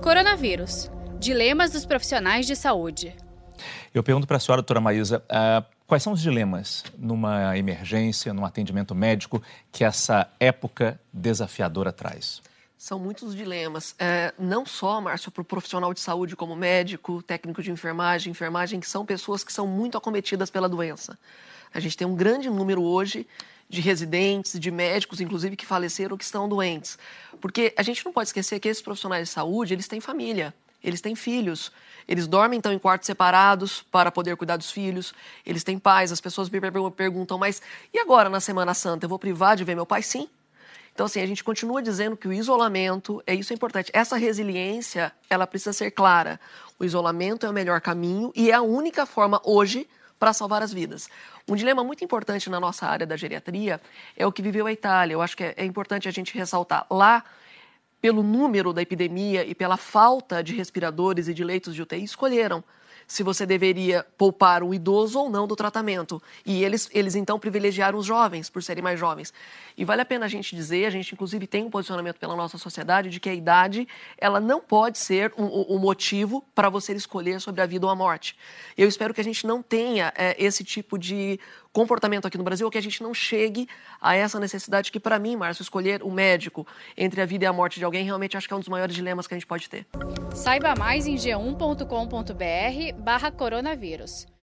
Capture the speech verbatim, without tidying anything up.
Coronavírus. Dilemas dos profissionais de saúde. Eu pergunto para a senhora, doutora Maísa, uh, quais são os dilemas numa emergência, num atendimento médico que essa época desafiadora traz? São muitos dilemas, é, não só, Márcio, para o profissional de saúde como médico, técnico de enfermagem, enfermagem, que são pessoas que são muito acometidas pela doença. A gente tem um grande número hoje de residentes, de médicos, inclusive, que faleceram ou que estão doentes. Porque a gente não pode esquecer que esses profissionais de saúde, eles têm família, eles têm filhos, eles dormem, então, em quartos separados para poder cuidar dos filhos, eles têm pais, as pessoas me perguntam, mas e agora na Semana Santa, eu vou privar de ver meu pai? Sim. Então, assim, a gente continua dizendo que o isolamento, é isso é importante, essa resiliência, ela precisa ser clara. O isolamento é o melhor caminho e é a única forma hoje para salvar as vidas. Um dilema muito importante na nossa área da geriatria é o que viveu a Itália. Eu acho que é, é importante a gente ressaltar. Lá, pelo número da epidemia e pela falta de respiradores e de leitos de U T I, escolheram se você deveria poupar o idoso ou não do tratamento. E eles, eles então, privilegiaram os jovens, por serem mais jovens. E vale a pena a gente dizer, a gente inclusive tem um posicionamento pela nossa sociedade de que a idade, ela não pode ser um, um motivo para você escolher sobre a vida ou a morte. Eu espero que a gente não tenha é, esse tipo de comportamento aqui no Brasil, ou que a gente não chegue a essa necessidade que, para mim, Márcio, escolher o médico entre a vida e a morte de alguém, realmente acho que é um dos maiores dilemas que a gente pode ter. Saiba mais em g um ponto com ponto br barra coronavírus.